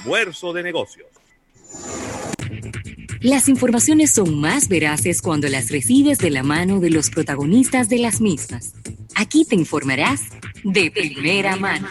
Almuerzo de Negocios. Las informaciones son más veraces cuando las recibes de la mano de los protagonistas de las mismas. Aquí te informarás de primera mano.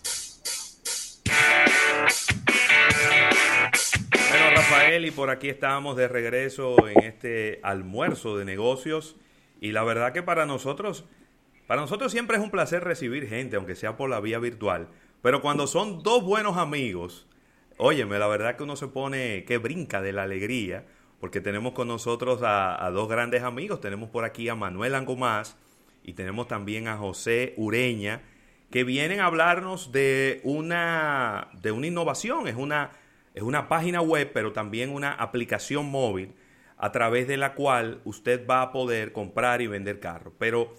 Bueno, Rafael, y por aquí estamos de regreso en este almuerzo de negocios. Y la verdad que para nosotros siempre es un placer recibir gente, aunque sea por la vía virtual. Pero cuando son dos buenos amigos, óyeme, la verdad que uno se pone, que brinca de la alegría, porque tenemos con nosotros a dos grandes amigos. Tenemos por aquí a Manuel Angomás y tenemos también a José Ureña, que vienen a hablarnos de una innovación. Es una página web, pero también una aplicación móvil a través de la cual usted va a poder comprar y vender carros. Pero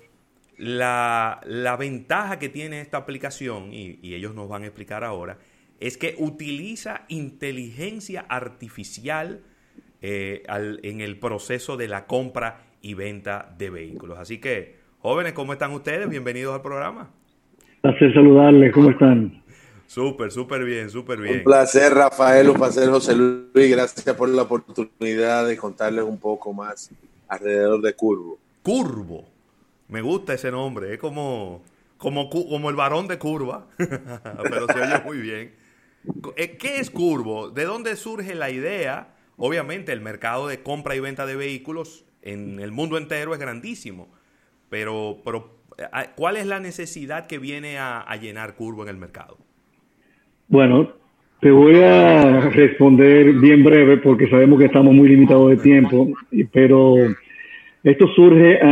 la ventaja que tiene esta aplicación, y ellos nos van a explicar ahora, es que utiliza inteligencia artificial en el proceso de la compra y venta de vehículos. Así que, jóvenes, ¿cómo están ustedes? Bienvenidos al programa. Placer saludarles, ¿cómo están? Súper bien. Un placer, Rafael, un placer, José Luis. Gracias por la oportunidad de contarles un poco más alrededor de Curvo. Curvo, me gusta ese nombre, es como el varón de curva, pero se oye muy bien. ¿Qué es Curvo? ¿De dónde surge la idea? Obviamente el mercado de compra y venta de vehículos en el mundo entero es grandísimo, pero ¿cuál es la necesidad que viene a llenar Curvo en el mercado? Bueno, te voy a responder bien breve porque sabemos que estamos muy limitados de tiempo, pero esto surge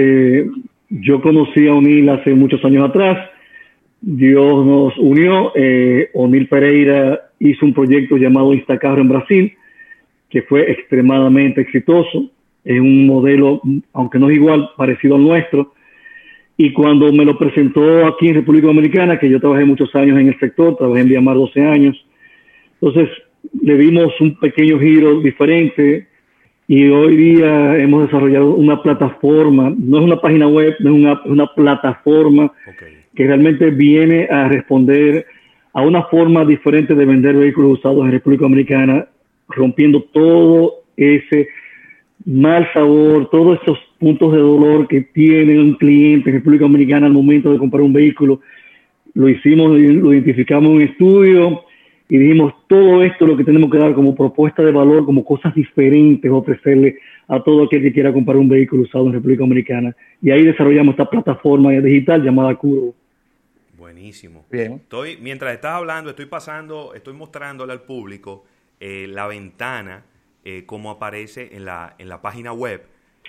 yo conocí a O'Neill hace muchos años atrás. Dios nos unió. O'Neill Pereira hizo un proyecto llamado Instacarro en Brasil, que fue extremadamente exitoso. Es un modelo, aunque no es igual, parecido al nuestro. Y cuando me lo presentó aquí en República Dominicana, que yo trabajé muchos años en el sector, trabajé en Viamar 12 años, entonces le dimos un pequeño giro diferente y hoy día hemos desarrollado una plataforma, no es una página web, no es una plataforma que realmente viene a responder a una forma diferente de vender vehículos usados en República Dominicana, rompiendo todo ese mal sabor, todos esos puntos de dolor que tiene un cliente en República Dominicana al momento de comprar un vehículo. Lo identificamos en un estudio y dijimos, todo esto es lo que tenemos que dar como propuesta de valor, como cosas diferentes, ofrecerle a todo aquel que quiera comprar un vehículo usado en República Dominicana. Y ahí desarrollamos esta plataforma digital llamada Curvo. Buenísimo. Bien. Mientras estás hablando, estoy mostrándole al público la ventana, como aparece en la página web.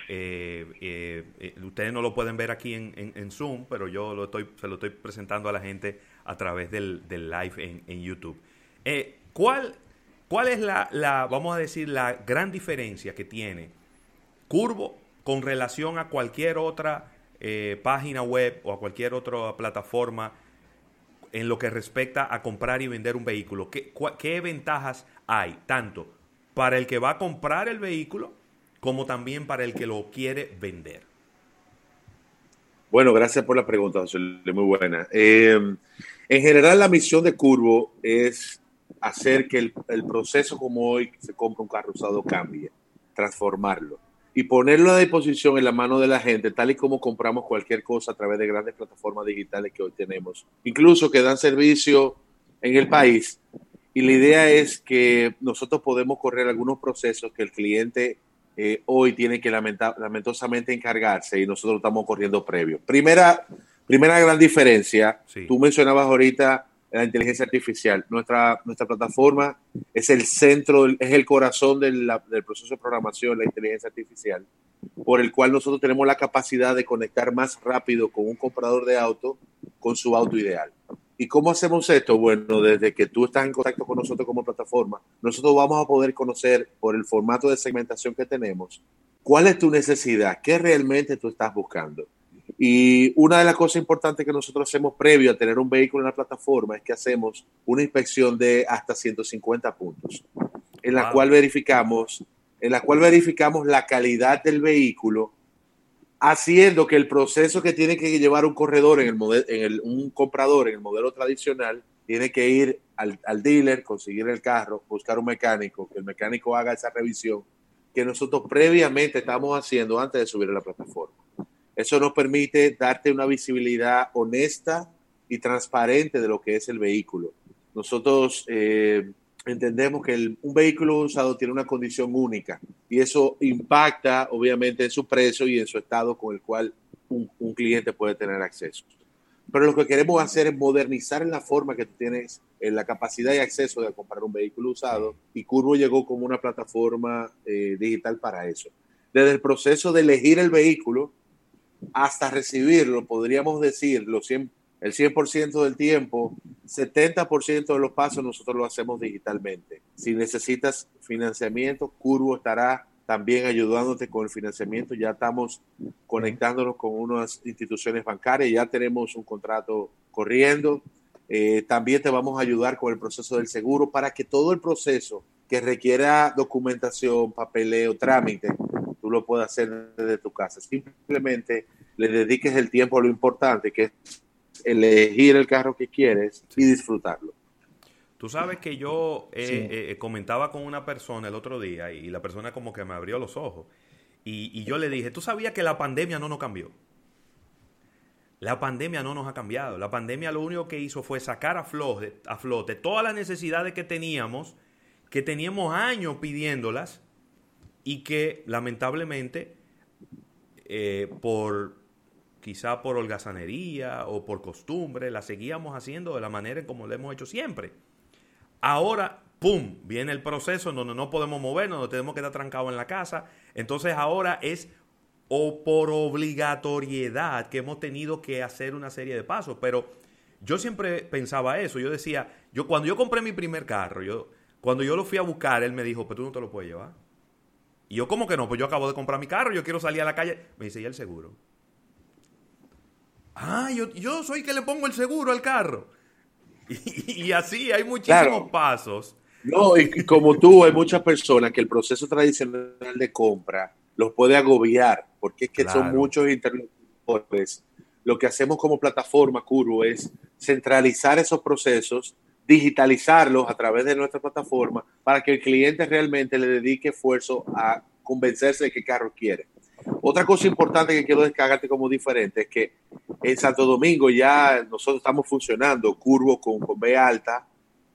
Ustedes no lo pueden ver aquí en Zoom, pero yo se lo estoy presentando a la gente a través del live en YouTube. ¿Cuál es vamos a decir, la gran diferencia que tiene Curvo con relación a cualquier otra página web o a cualquier otra plataforma en lo que respecta a comprar y vender un vehículo? ¿Qué ventajas hay, tanto para el que va a comprar el vehículo como también para el que lo quiere vender? Bueno, gracias por la pregunta, José Luis, muy buena. En general, la misión de Curvo es hacer que el proceso como hoy se compra un carro usado cambie, transformarlo y ponerlo a disposición en la mano de la gente, tal y como compramos cualquier cosa a través de grandes plataformas digitales que hoy tenemos, incluso que dan servicio en el país. Y la idea es que nosotros podemos correr algunos procesos que el cliente hoy tiene que lamentosamente encargarse y nosotros estamos corriendo previo. Primera gran diferencia, sí. Tú mencionabas ahorita la inteligencia artificial. Nuestra plataforma es el centro, es el corazón del proceso de programación, la inteligencia artificial, por el cual nosotros tenemos la capacidad de conectar más rápido con un comprador de auto con su auto ideal. ¿Y cómo hacemos esto? Bueno, desde que tú estás en contacto con nosotros como plataforma, nosotros vamos a poder conocer por el formato de segmentación que tenemos cuál es tu necesidad, qué realmente tú estás buscando. Y una de las cosas importantes que nosotros hacemos previo a tener un vehículo en la plataforma es que hacemos una inspección de hasta 150 puntos, en la cual verificamos la calidad del vehículo, haciendo que el proceso que tiene que llevar un corredor un comprador en el modelo tradicional tiene que ir al dealer, conseguir el carro, buscar un mecánico, que el mecánico haga esa revisión que nosotros previamente estamos haciendo antes de subir a la plataforma. Eso nos permite darte una visibilidad honesta y transparente de lo que es el vehículo. Nosotros entendemos que un vehículo usado tiene una condición única y eso impacta obviamente en su precio y en su estado con el cual un cliente puede tener acceso. Pero lo que queremos hacer es modernizar en la forma que tú tienes la capacidad y acceso de comprar un vehículo usado, y Curvo llegó como una plataforma digital para eso. Desde el proceso de elegir el vehículo hasta recibirlo, podríamos decir, el 100% del tiempo, 70% de los pasos nosotros lo hacemos digitalmente. Si necesitas financiamiento, Curvo estará también ayudándote con el financiamiento. Ya estamos conectándonos con unas instituciones bancarias, ya tenemos un contrato corriendo. También te vamos a ayudar con el proceso del seguro para que todo el proceso que requiera documentación, papeleo, trámite, tú lo puedas hacer desde tu casa. Simplemente le dediques el tiempo a lo importante, que es elegir el carro que quieres y disfrutarlo. Tú sabes que yo comentaba con una persona el otro día y la persona como que me abrió los ojos. Y yo le dije, ¿tú sabías que la pandemia no nos cambió? La pandemia no nos ha cambiado. La pandemia lo único que hizo fue sacar a flote todas las necesidades que teníamos años pidiéndolas y que lamentablemente quizá por holgazanería o por costumbre la seguíamos haciendo de la manera en como lo hemos hecho siempre. Ahora, ¡pum!, viene el proceso donde no podemos movernos, donde tenemos que estar trancados en la casa. Entonces ahora es por obligatoriedad que hemos tenido que hacer una serie de pasos. Pero yo siempre pensaba eso. Yo decía, cuando yo compré mi primer carro, cuando yo lo fui a buscar, él me dijo, pero tú no te lo puedes llevar. Y yo, ¿cómo que no? Pues yo acabo de comprar mi carro, yo quiero salir a la calle. Me dice, ¿y el seguro? Ah, yo soy que le pongo el seguro al carro. Y así hay muchísimos pasos. No, y como tú, hay muchas personas que el proceso tradicional de compra los puede agobiar, porque es que son muchos interlocutores. Lo que hacemos como plataforma Curvo es centralizar esos procesos, digitalizarlos a través de nuestra plataforma para que el cliente realmente le dedique esfuerzo a convencerse de qué carro quiere. Otra cosa importante que quiero descargarte como diferente es que en Santo Domingo ya nosotros estamos funcionando Curvo con B alta.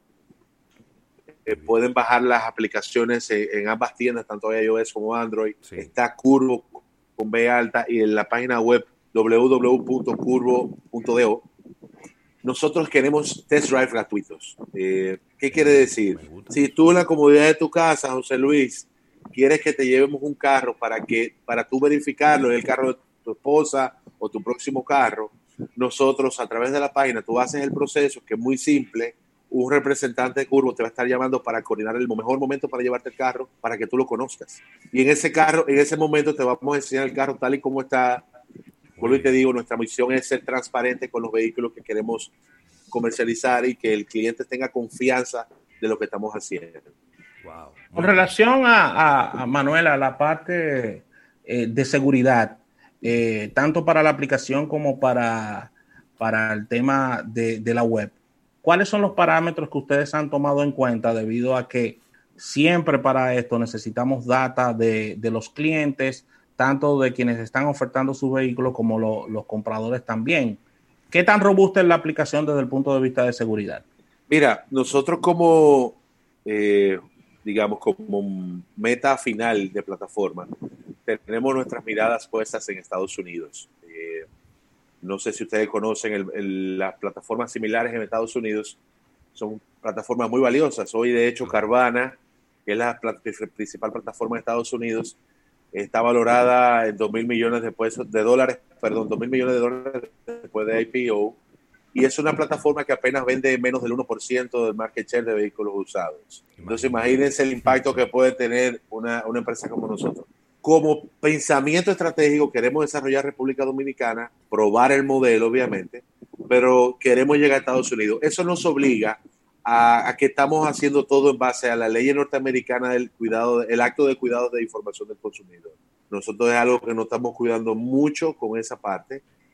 Pueden bajar las aplicaciones en ambas tiendas, tanto iOS como Android. Sí. Está Curvo con B alta y en la página web www.curvo.do. Nosotros queremos test drive gratuitos. ¿Qué quiere decir? Si tú en la comodidad de tu casa, José Luis, quieres que te llevemos un carro para tú verificarlo, el carro de tu esposa o tu próximo carro, nosotros a través de la página, tú haces el proceso, que es muy simple. Un representante de Curvo te va a estar llamando para coordinar el mejor momento para llevarte el carro, para que tú lo conozcas. Y en ese momento te vamos a enseñar el carro tal y como está. Vuelvo y te digo, nuestra misión es ser transparente con los vehículos que queremos comercializar y que el cliente tenga confianza de lo que estamos haciendo. Wow. Con relación a Manuela, la parte de seguridad, tanto para la aplicación como para el tema de la web, ¿cuáles son los parámetros que ustedes han tomado en cuenta debido a que siempre para esto necesitamos data de los clientes, tanto de quienes están ofertando sus vehículos como los compradores también? ¿Qué tan robusta es la aplicación desde el punto de vista de seguridad? Mira, nosotros como meta final de plataforma, tenemos nuestras miradas puestas en Estados Unidos. No sé si ustedes conocen las plataformas similares en Estados Unidos, son plataformas muy valiosas. Hoy, de hecho, Carvana, que es la principal plataforma de Estados Unidos, está valorada en $2,000 millones después de IPO, y es una plataforma que apenas vende menos del 1% del market share de vehículos usados. Entonces, imagínense el impacto que puede tener una empresa como nosotros. Como pensamiento estratégico, queremos desarrollar República Dominicana, probar el modelo, obviamente, pero queremos llegar a Estados Unidos. Eso nos obliga a que estamos haciendo todo en base a la ley norteamericana del cuidado, el acto de cuidado de información del consumidor. Nosotros es algo que nos estamos cuidando mucho con esa parte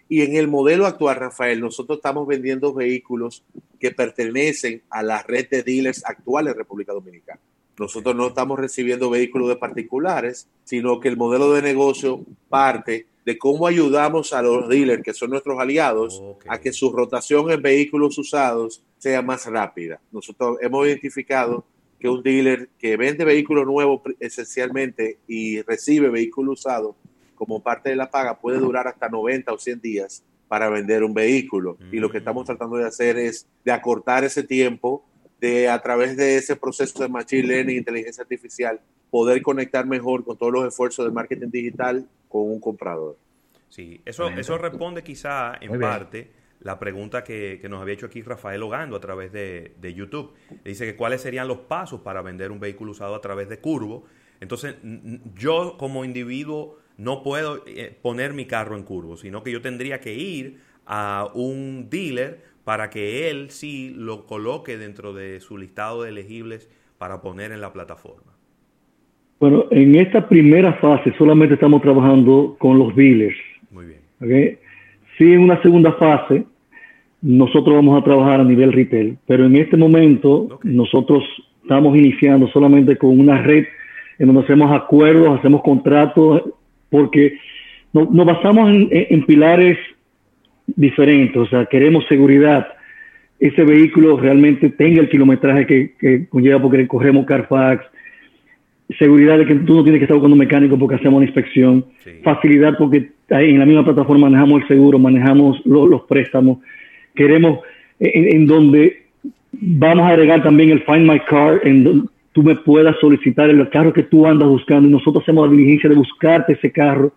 Y en el modelo actual, Rafael, nosotros estamos vendiendo vehículos que pertenecen a la red de dealers actual en República Dominicana. Nosotros no estamos recibiendo vehículos de particulares, sino que el modelo de negocio parte de cómo ayudamos a los dealers, que son nuestros aliados, a que su rotación en vehículos usados sea más rápida. Nosotros hemos identificado que un dealer que vende vehículos nuevos esencialmente y recibe vehículos usados como parte de la paga puede durar hasta 90 o 100 días para vender un vehículo. Y lo que estamos tratando de hacer es de acortar ese tiempo, de a través de ese proceso de Machine Learning, inteligencia artificial, poder conectar mejor con todos los esfuerzos de marketing digital con un comprador. Sí, eso responde quizá en parte la pregunta que nos había hecho aquí Rafael Ogando a través de YouTube. Dice que cuáles serían los pasos para vender un vehículo usado a través de Curvo. Entonces, yo como individuo no puedo poner mi carro en Curvo, sino que yo tendría que ir a un dealer para que él sí lo coloque dentro de su listado de elegibles para poner en la plataforma. Bueno, en esta primera fase solamente estamos trabajando con los dealers. Muy bien. ¿Okay? Sí, en una segunda fase nosotros vamos a trabajar a nivel retail, pero en este momento nosotros estamos iniciando solamente con una red en donde hacemos acuerdos, hacemos contratos, porque nos basamos en pilares diferentes. O sea, queremos seguridad, ese vehículo realmente tenga el kilometraje que conlleva porque corremos Carfax, seguridad de que tú no tienes que estar buscando un mecánico porque hacemos una inspección, facilidad porque en la misma plataforma manejamos el seguro, manejamos los préstamos, queremos en donde vamos a agregar también el Find My Car, en donde tú me puedas solicitar el carro que tú andas buscando y nosotros hacemos la diligencia de buscarte ese carro,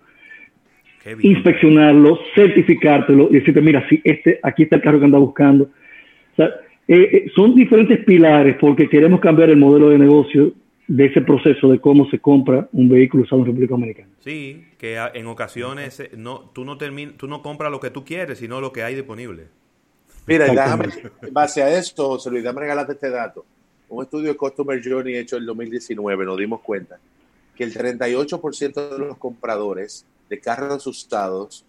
inspeccionarlo, certificártelo y decirte, mira, sí, aquí está el carro que andas buscando. O sea, son diferentes pilares porque queremos cambiar el modelo de negocio de ese proceso de cómo se compra un vehículo usado en República Dominicana. Sí, que en ocasiones tú no compras lo que tú quieres, sino lo que hay disponible. Mira, déjame, en base a esto, José Luis, déjame regalarte este dato. Un estudio de Customer Journey hecho en 2019, nos dimos cuenta que el 38% de los compradores de carros usados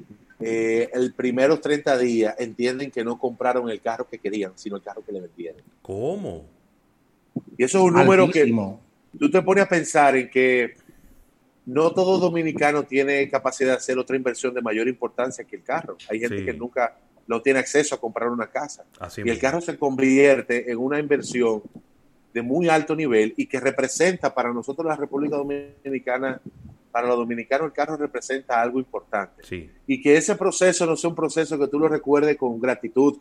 el primeros 30 días entienden que no compraron el carro que querían, sino el carro que le vendieron. ¿Cómo? Y eso es un número que tú te pones a pensar en que no todo dominicano tiene capacidad de hacer otra inversión de mayor importancia que el carro. Hay gente que nunca no tiene acceso a comprar una casa. Y el carro se convierte en una inversión de muy alto nivel y que representa para nosotros la República Dominicana, para los dominicanos el carro representa algo importante. Sí. Y que ese proceso no sea un proceso que tú lo recuerdes con gratitud,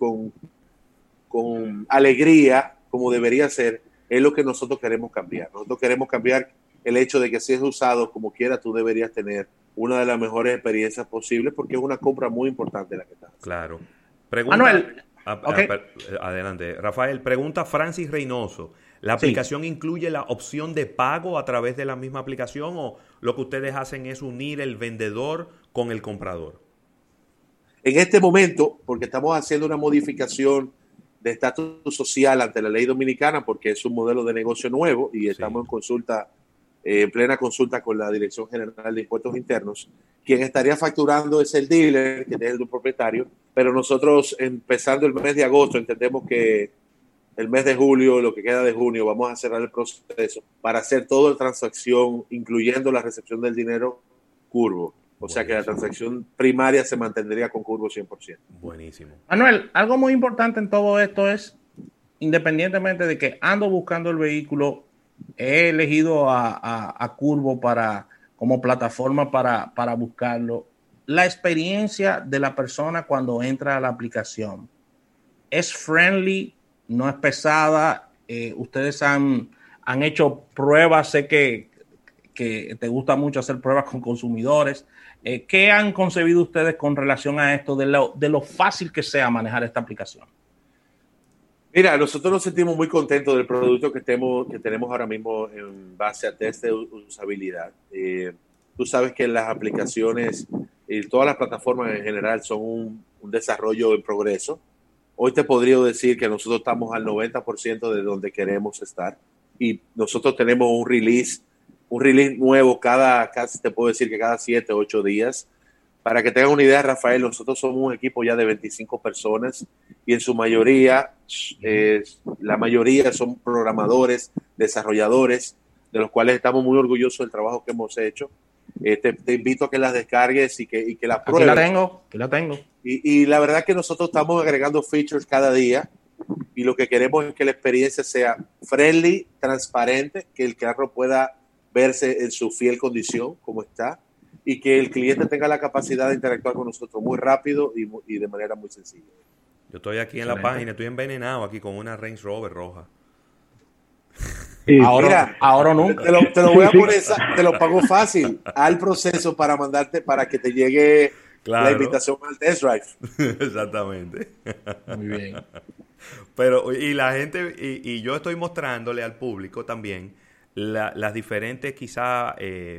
con alegría, como debería ser, es lo que nosotros queremos cambiar. Nosotros queremos cambiar el hecho de que si es usado como quiera, tú deberías tener una de las mejores experiencias posibles porque es una compra muy importante la que estás haciendo. Claro. Pregunta, Manuel. Adelante. Rafael, pregunta Francis Reynoso. ¿La aplicación incluye la opción de pago a través de la misma aplicación o lo que ustedes hacen es unir el vendedor con el comprador? En este momento, porque estamos haciendo una modificación de estatus social ante la ley dominicana, porque es un modelo de negocio nuevo y estamos en consulta, en plena consulta con la Dirección General de Impuestos Internos. Quien estaría facturando es el dealer, que es el propietario, pero nosotros empezando el mes de agosto entendemos que el mes de julio, lo que queda de junio, vamos a cerrar el proceso para hacer toda la transacción, incluyendo la recepción del dinero Curvo. O sea que la transacción primaria se mantendría con Curvo 100%. Buenísimo. Manuel, algo muy importante en todo esto es, independientemente de que ando buscando el vehículo, he elegido a Curvo como plataforma para buscarlo. La experiencia de la persona cuando entra a la aplicación es friendly, no es pesada. Ustedes han hecho pruebas, sé que te gusta mucho hacer pruebas con consumidores. ¿Qué han concebido ustedes con relación a esto de lo fácil que sea manejar esta aplicación? Mira, nosotros nos sentimos muy contentos del producto que tenemos ahora mismo en base a test de usabilidad. Tú sabes que las aplicaciones y todas las plataformas en general son un desarrollo en progreso. Hoy te podría decir que nosotros estamos al 90% de donde queremos estar y nosotros tenemos un release nuevo casi te puedo decir que cada 7 o 8 días, Para que tengan una idea, Rafael, nosotros somos un equipo ya de 25 personas y en su mayoría, la mayoría son programadores, desarrolladores, de los cuales estamos muy orgullosos del trabajo que hemos hecho. Te invito a que las descargues y que la pruebes. Aquí la tengo. Y la verdad que nosotros estamos agregando features cada día y lo que queremos es que la experiencia sea friendly, transparente, que el carro pueda verse en su fiel condición, como está, y que el cliente tenga la capacidad de interactuar con nosotros muy rápido y de manera muy sencilla. Yo estoy aquí en la página, estoy envenenado aquí con una Range Rover roja. Ahora nunca. Te lo voy a poner, te lo pago fácil al proceso para mandarte, para que te llegue la invitación al test drive. Exactamente. Muy bien. Pero, y la gente, y yo estoy mostrándole al público también las diferentes quizá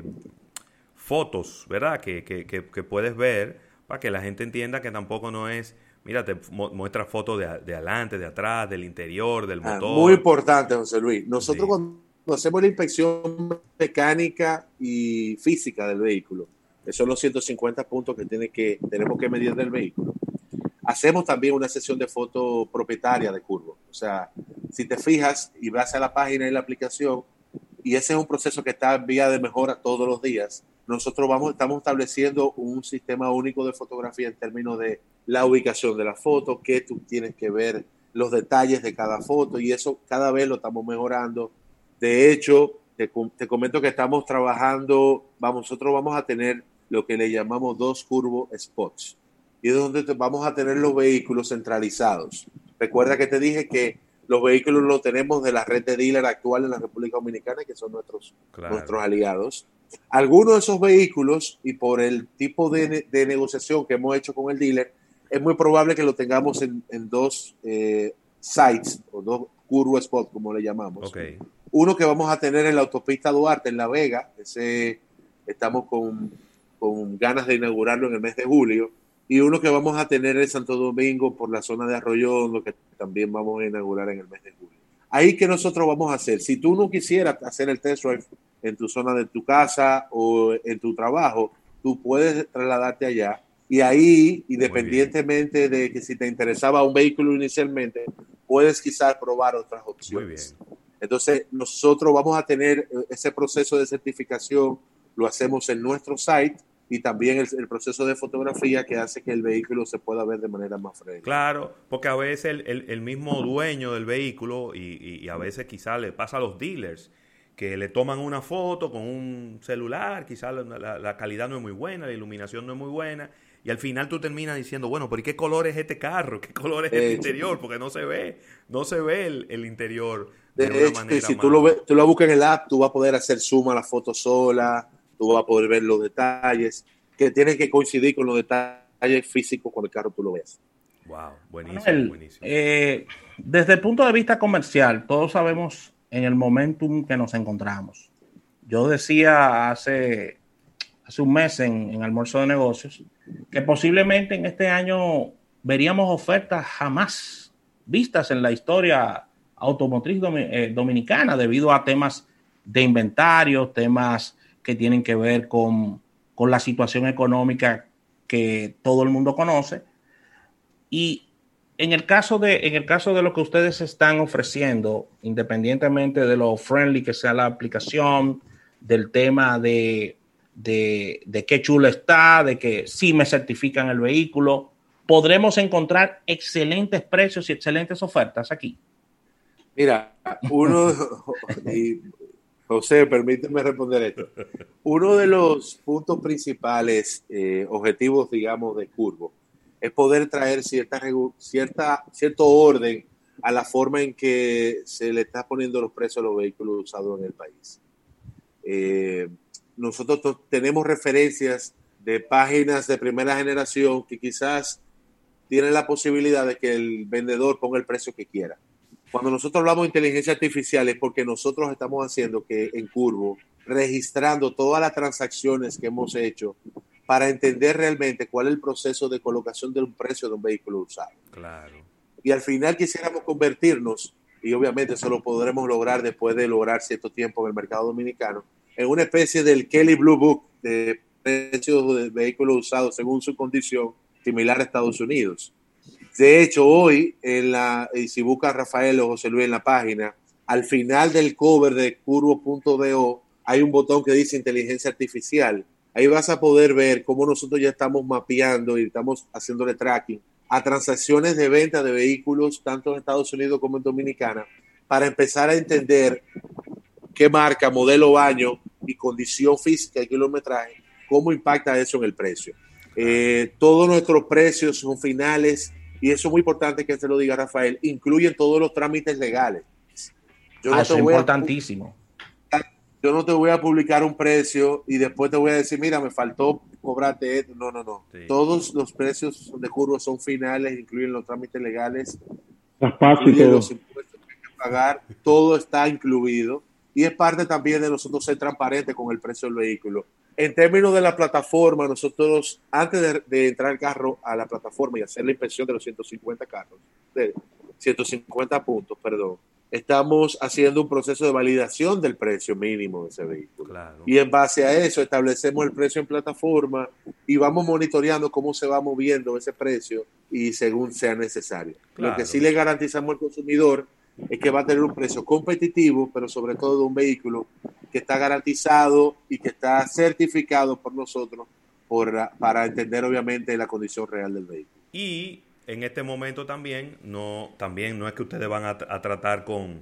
fotos, ¿verdad? Que puedes ver para que la gente entienda que tampoco no es, mira, te muestra fotos de adelante, de atrás, del interior, del motor. Muy importante, José Luis. Nosotros cuando hacemos la inspección mecánica y física del vehículo, que son los 150 puntos que tenemos que medir del vehículo, hacemos también una sesión de foto propietaria de curvo. O sea, si te fijas y vas a la página y la aplicación, y ese es un proceso que está en vía de mejora todos los días, nosotros estamos estableciendo un sistema único de fotografía en términos de la ubicación de la foto, qué tú tienes que ver, los detalles de cada foto, y eso cada vez lo estamos mejorando. De hecho, te comento que estamos trabajando, nosotros vamos a tener lo que le llamamos 2 curvo spots, y es donde vamos a tener los vehículos centralizados. Recuerda que te dije que los vehículos los tenemos de la red de dealer actual en la República Dominicana, que son nuestros aliados. Algunos de esos vehículos, y por el tipo de negociación que hemos hecho con el dealer, es muy probable que lo tengamos en 2 sites, o 2 curvo spots, como le llamamos. Okay. Uno que vamos a tener en la autopista Duarte, en La Vega, estamos con ganas de inaugurarlo en el mes de julio, y uno que vamos a tener en Santo Domingo por la zona de Arroyo Hondo, que también vamos a inaugurar en el mes de julio. Ahí que nosotros vamos a hacer, si tú no quisieras hacer el test drive en tu zona de tu casa o en tu trabajo, tú puedes trasladarte allá, y ahí, independientemente de que si te interesaba un vehículo inicialmente, puedes quizás probar otras opciones. Muy bien. Entonces, nosotros vamos a tener ese proceso de certificación, lo hacemos en nuestro site, y también el proceso de fotografía que hace que el vehículo se pueda ver de manera más fresca. Claro, porque a veces el mismo dueño del vehículo y a veces quizás le pasa a los dealers que le toman una foto con un celular, quizás la calidad no es muy buena, la iluminación no es muy buena, y al final tú terminas diciendo, bueno, pero ¿y qué color es este carro? ¿Qué color es este interior? Porque no se ve el interior de una manera si tú lo buscas en el app, tú vas a poder hacer zoom a la foto sola, tú vas a poder ver los detalles, que tienen que coincidir con los detalles físicos cuando el carro tú lo ves. Wow, buenísimo, Manuel, buenísimo. Desde el punto de vista comercial, todos sabemos en el momentum que nos encontramos. Yo decía hace un mes en Almuerzo de Negocios que posiblemente en este año veríamos ofertas jamás vistas en la historia automotriz dominicana debido a temas de inventario, temas que tienen que ver con la situación económica que todo el mundo conoce. Y en el caso de lo que ustedes están ofreciendo, independientemente de lo friendly que sea la aplicación, del tema de qué chulo está, de que sí me certifican el vehículo, podremos encontrar excelentes precios y excelentes ofertas aquí. Mira, José, permíteme responder esto. Uno de los puntos principales, objetivos, digamos, de Curvo, es poder traer cierto orden a la forma en que se le está poniendo los precios a los vehículos usados en el país. Nosotros tenemos referencias de páginas de primera generación que quizás tienen la posibilidad de que el vendedor ponga el precio que quiera. Cuando nosotros hablamos de inteligencia artificial es porque nosotros estamos haciendo que en Curvo, registrando todas las transacciones que hemos hecho para entender realmente cuál es el proceso de colocación de un precio de un vehículo usado. Claro. Y al final quisiéramos convertirnos, y obviamente eso lo podremos lograr después de lograr cierto tiempo en el mercado dominicano, en una especie del Kelly Blue Book de precios de vehículos usados según su condición similar a Estados Unidos. De hecho, hoy, si busca a Rafael o José Luis en la página, al final del cover de curvo.do hay un botón que dice inteligencia artificial. Ahí vas a poder ver cómo nosotros ya estamos mapeando y estamos haciéndole tracking a transacciones de venta de vehículos, tanto en Estados Unidos como en Dominicana, para empezar a entender qué marca, modelo, año y condición física y kilometraje, cómo impacta eso en el precio. Todos nuestros precios son finales y eso es muy importante que se lo diga Rafael, incluyen todos los trámites legales. Eso es importantísimo. Yo no te voy a publicar un precio y después te voy a decir, mira, me faltó cobrarte esto. No. Sí. Todos los precios de curva son finales, incluyen los trámites legales, incluyen los impuestos que hay que pagar, todo está incluido y es parte también de nosotros ser transparentes con el precio del vehículo. En términos de la plataforma, nosotros, antes de entrar el carro a la plataforma y hacer la inspección de los 150 carros, de 150 puntos, perdón, estamos haciendo un proceso de validación del precio mínimo de ese vehículo. Claro. Y en base a eso establecemos el precio en plataforma y vamos monitoreando cómo se va moviendo ese precio y según sea necesario. Claro. Lo que sí le garantizamos al consumidor es que va a tener un precio competitivo, pero sobre todo de un vehículo que está garantizado y que está certificado por nosotros para entender obviamente la condición real del vehículo. Y en este momento también no es que ustedes van a tratar con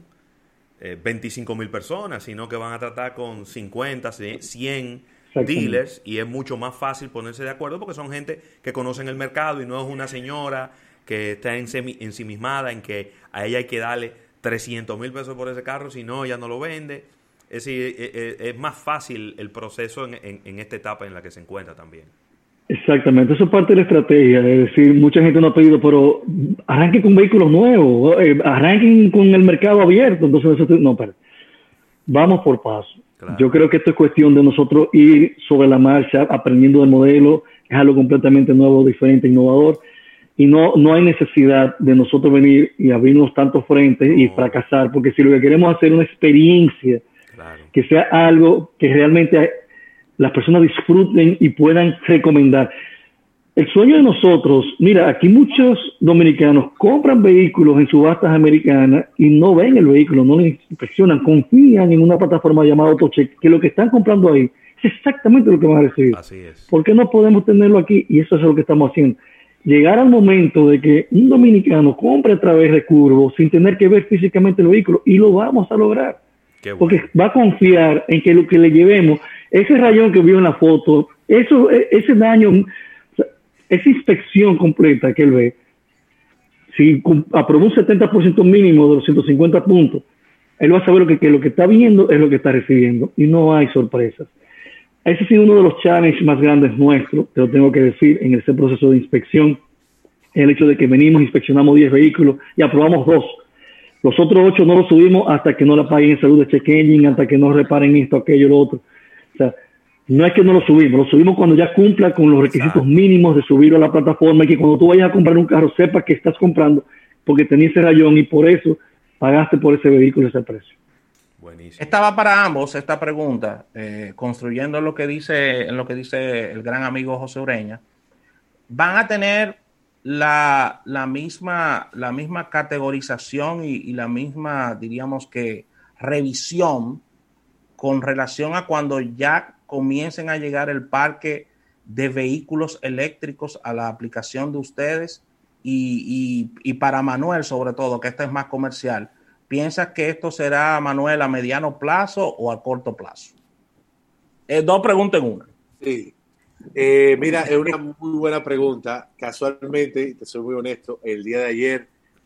25,000 personas, sino que van a tratar con 50, 100 dealers y es mucho más fácil ponerse de acuerdo porque son gente que conocen el mercado y no es una señora que está ensimismada en que a ella hay que darle 300,000 pesos por ese carro, si no, ella no lo vende. Es decir, es más fácil el proceso en esta etapa en la que se encuentra también. Exactamente, eso es parte de la estrategia, es decir, mucha gente no ha pedido, pero arranquen con vehículos nuevos, arranquen con el mercado abierto, entonces no, pero vamos por paso. Claro. Yo creo que esto es cuestión de nosotros ir sobre la marcha, aprendiendo del modelo, es algo completamente nuevo, diferente, innovador, y no hay necesidad de nosotros venir y abrirnos tantos frentes y fracasar, porque si lo que queremos es hacer una experiencia, claro, que sea algo que realmente las personas disfruten y puedan recomendar. El sueño de nosotros, mira, aquí muchos dominicanos compran vehículos en subastas americanas y no ven el vehículo, no lo inspeccionan, confían en una plataforma llamada AutoCheck, que lo que están comprando ahí es exactamente lo que van a recibir. Así es. ¿Por qué no podemos tenerlo aquí? Y eso es lo que estamos haciendo. Llegar al momento de que un dominicano compre a través de Curvo sin tener que ver físicamente el vehículo, y lo vamos a lograr. Qué bueno. Porque va a confiar en que lo que le llevemos, ese rayón que vio en la foto, ese daño, esa inspección completa que él ve, si aprobó un 70% mínimo de los 150 puntos, él va a saber que lo que está viendo es lo que está recibiendo y no hay sorpresas. Ese ha sido uno de los challenges más grandes nuestros, te lo tengo que decir, en ese proceso de inspección, el hecho de que venimos, inspeccionamos 10 vehículos y aprobamos 2. Los otros 8 no los subimos hasta que no la paguen en salud de check engine, hasta que no reparen esto, aquello, lo otro. O sea, no es que no lo subimos cuando ya cumpla con los requisitos mínimos de subirlo a la plataforma y que cuando tú vayas a comprar un carro sepas que estás comprando porque tenías ese rayón y por eso pagaste por ese vehículo ese precio. Buenísimo. Estaba para ambos esta pregunta, construyendo en lo que dice el gran amigo José Ureña. ¿Van a tener la misma categorización y la misma, diríamos que, revisión con relación a cuando ya comiencen a llegar el parque de vehículos eléctricos a la aplicación de ustedes? Y para Manuel, sobre todo, que este es más comercial, ¿piensas que esto será, Manuel, a mediano plazo o a corto plazo? 2 preguntas en una. Sí. Mira, es una muy buena pregunta. Casualmente, te soy muy honesto, el día de ayer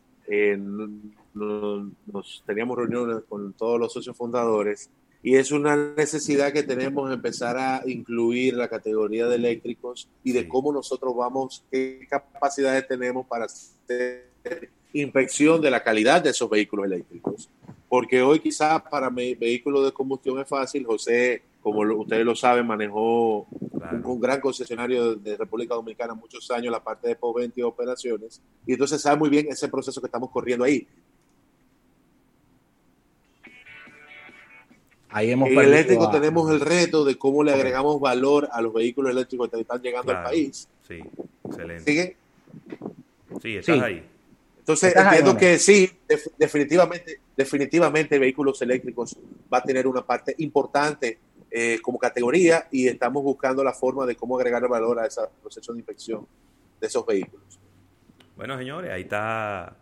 nos teníamos reuniones con todos los socios fundadores y es una necesidad que tenemos empezar a incluir la categoría de eléctricos y de cómo nosotros qué capacidades tenemos para hacer inspección de la calidad de esos vehículos eléctricos. Porque hoy quizás para vehículos de combustión es fácil. José, como ustedes lo saben, manejó un gran concesionario de República Dominicana muchos años, la parte de postventa y operaciones, y entonces sabe muy bien ese proceso que estamos corriendo ahí. ahí hemos En perdido eléctrico tenemos el reto de cómo le agregamos valor a los vehículos eléctricos que están llegando al país. Sí, excelente. ¿Sigue? Sí, estás ahí. Entonces ¿Estás entiendo ahí, que sí, definitivamente vehículos eléctricos va a tener una parte importante como categoría, y estamos buscando la forma de cómo agregar valor a ese proceso de inspección de esos vehículos. Bueno, señores, ahí está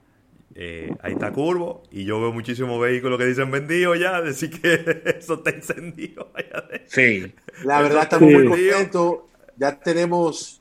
Curvo, y yo veo muchísimos vehículos que dicen vendido ya, decir que eso está encendido. Sí. La verdad estamos muy contentos. Ya tenemos,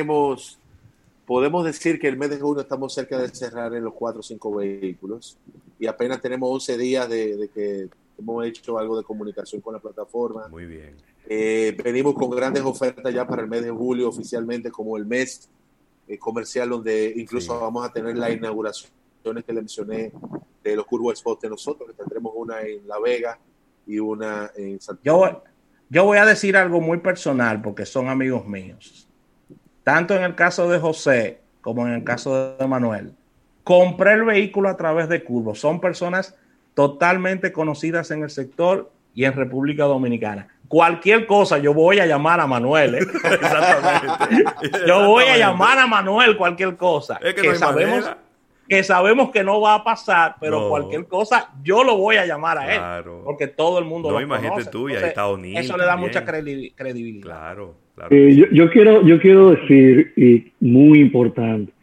podemos decir que el mes de junio estamos cerca de cerrar en los 4 o 5 vehículos, y apenas tenemos 11 días de que hemos hecho algo de comunicación con la plataforma. Muy bien. Venimos con grandes ofertas ya para el mes de julio, oficialmente como el mes comercial, donde incluso vamos a tener las inauguraciones que le mencioné de los Curvo Spot de nosotros, que tendremos una en La Vega y una en Santiago. Yo voy a decir algo muy personal porque son amigos míos. Tanto en el caso de José como en el caso de Manuel. Compré el vehículo a través de Curvo. Son personas totalmente conocidas en el sector y en República Dominicana. Cualquier cosa, yo voy a llamar a Manuel. Exactamente. Yo voy a llamar a Manuel cualquier cosa. Es que no sabemos que no va a pasar, pero cualquier cosa yo lo voy a llamar a él, porque todo el mundo lo imagínate conoce. Tú, y ahí está O'Neill. Eso le da mucha credibilidad. Claro. Yo quiero decir, y muy importante,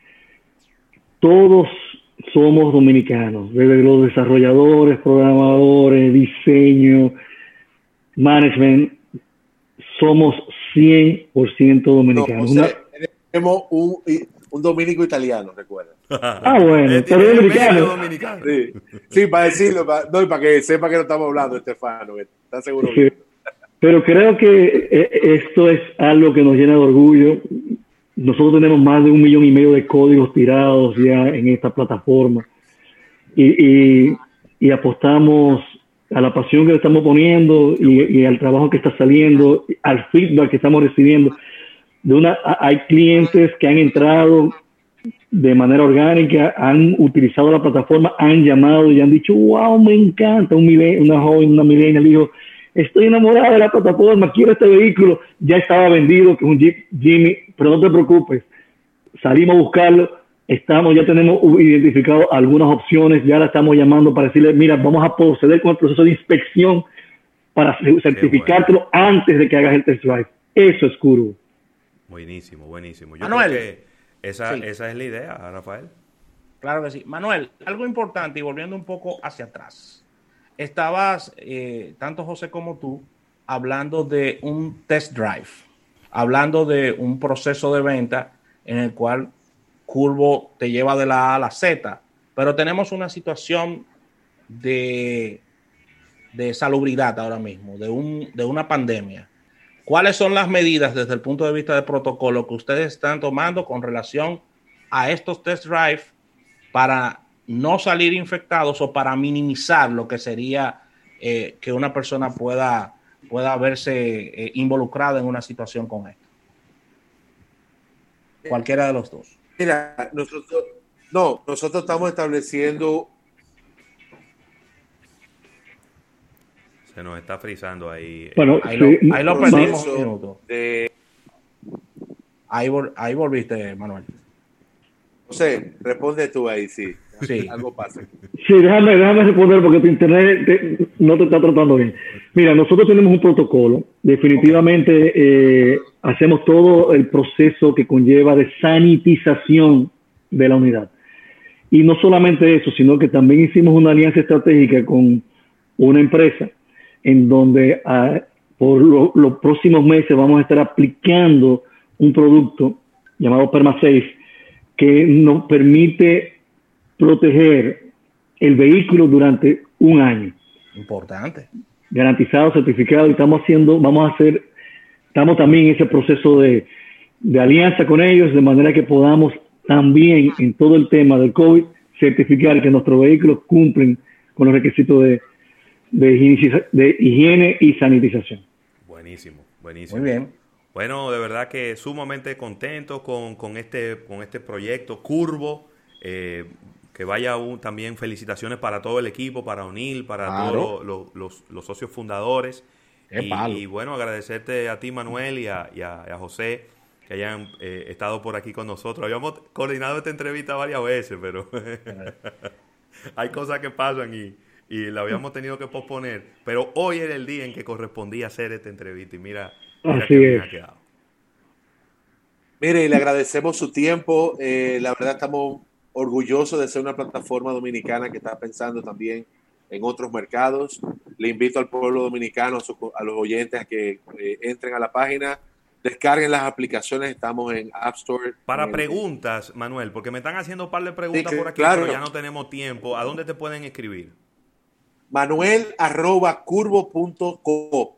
todos somos dominicanos, desde los desarrolladores, programadores, diseño, management, somos 100% dominicanos. Tenemos un dominico italiano, recuerda. Bueno, pero dominicano. Sí, para decirlo, para que sepa que no estamos hablando, Estefano, ¿estás seguro? Sí. Pero creo que esto es algo que nos llena de orgullo. Nosotros tenemos más de 1,5 millones de códigos tirados ya en esta plataforma, y apostamos a la pasión que le estamos poniendo y al trabajo que está saliendo, al feedback que estamos recibiendo. Hay clientes que han entrado de manera orgánica, han utilizado la plataforma, han llamado y han dicho, wow, me encanta. Una joven, una millennial dijo, estoy enamorada de la plataforma, quiero este vehículo. Ya estaba vendido, que es un Jeep Jimmy, pero no te preocupes, salimos a buscarlo, ya tenemos identificado algunas opciones, ya la estamos llamando para decirle, mira, vamos a proceder con el proceso de inspección para certificártelo antes de que hagas el test drive. Eso es Curvo. Buenísimo. Yo Manuel, creo que esa es la idea, Rafael. Claro que sí. Manuel, algo importante, y volviendo un poco hacia atrás. Estabas, tanto José como tú, hablando de un test drive, hablando de un proceso de venta en el cual Curvo te lleva de la A a la Z, pero tenemos una situación de salubridad ahora mismo, de una pandemia. ¿Cuáles son las medidas desde el punto de vista de protocolo que ustedes están tomando con relación a estos test drive para no salir infectados o para minimizar lo que sería que una persona pueda verse involucrada en una situación con esto? Cualquiera de los dos. Mira, nosotros estamos estableciendo. Se nos está frizando ahí. Bueno, ahí lo perdimos un minuto. Ahí volviste, Manuel. José, responde tú ahí, sí. Algo pasa. Sí, déjame responder porque tu internet no te está tratando bien. Mira, nosotros tenemos un protocolo. Definitivamente hacemos todo el proceso que conlleva de sanitización de la unidad. Y no solamente eso, sino que también hicimos una alianza estratégica con una empresa en donde por los próximos meses vamos a estar aplicando un producto llamado PermaSafe que nos permite proteger el vehículo durante 1 año. Importante. Garantizado, certificado, y estamos también en ese proceso de alianza con ellos, de manera que podamos también en todo el tema del COVID certificar que nuestros vehículos cumplen con los requisitos de higiene y sanitización. Buenísimo. Muy bien. Bueno, de verdad que sumamente contentos con este proyecto Curvo. que vaya también felicitaciones para todo el equipo, para O'Neill, para Claro. todos los socios fundadores. Qué palo. Y bueno, agradecerte a ti, Manuel, y a José, que hayan estado por aquí con nosotros. Habíamos coordinado esta entrevista varias veces, pero hay cosas que pasan y la habíamos tenido que posponer. Pero hoy era el día en que correspondía hacer esta entrevista y mira Así qué bien es. ha quedado. Mire, y le agradecemos su tiempo. La verdad estamos orgullosos de ser una plataforma dominicana que está pensando también en otros mercados. Le invito al pueblo dominicano, a los oyentes, a que entren a la página, descarguen las aplicaciones. Estamos en App Store. Para preguntas, Manuel, porque me están haciendo un par de preguntas Sí, por aquí, claro. pero ya no tenemos tiempo. ¿A dónde te pueden escribir? Manuel@curvo.co.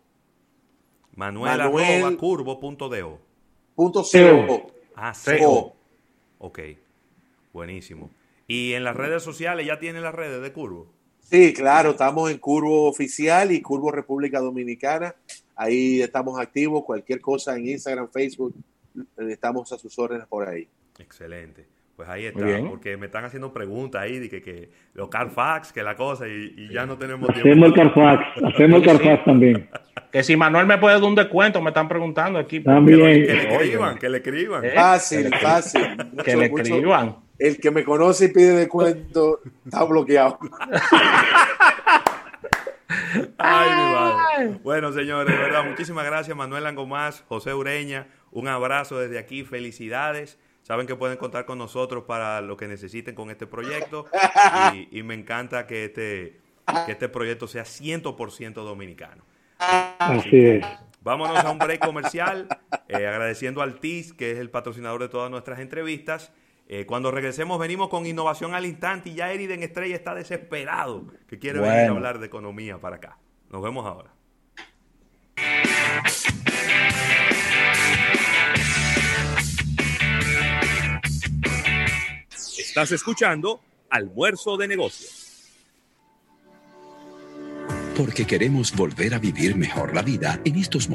Manuel@curvo.do. .co. Ah, CO. CO. Ok, buenísimo. ¿Y en las redes sociales ya tienen las redes de Curvo? Sí, claro, estamos en Curvo Oficial y Curvo República Dominicana. Ahí estamos activos. Cualquier cosa en Instagram, Facebook, estamos a sus órdenes por ahí. Excelente. Pues ahí está, Muy bien. porque me están haciendo preguntas ahí de que los Carfax, que la cosa, y ya no tenemos tiempo. Hacemos el Carfax también. Que si Manuel me puede dar un descuento, me están preguntando aquí. También. Que le escriban. Fácil. Que le escriban. El que me conoce y pide descuento está bloqueado. Ay, mi madre. Bueno, señores, de verdad, muchísimas gracias, Manuel Langomás, José Ureña. Un abrazo desde aquí, felicidades. Saben que pueden contar con nosotros para lo que necesiten con este proyecto. Y me encanta que este proyecto sea 100% dominicano. Así es. Vámonos a un break comercial, agradeciendo al TIS, que es el patrocinador de todas nuestras entrevistas. Cuando regresemos venimos con innovación al instante y ya Eriden Estrella está desesperado, que quiere venir a hablar de economía para acá. Nos vemos ahora. Estás escuchando Almuerzo de Negocios. Porque queremos volver a vivir mejor la vida en estos momentos.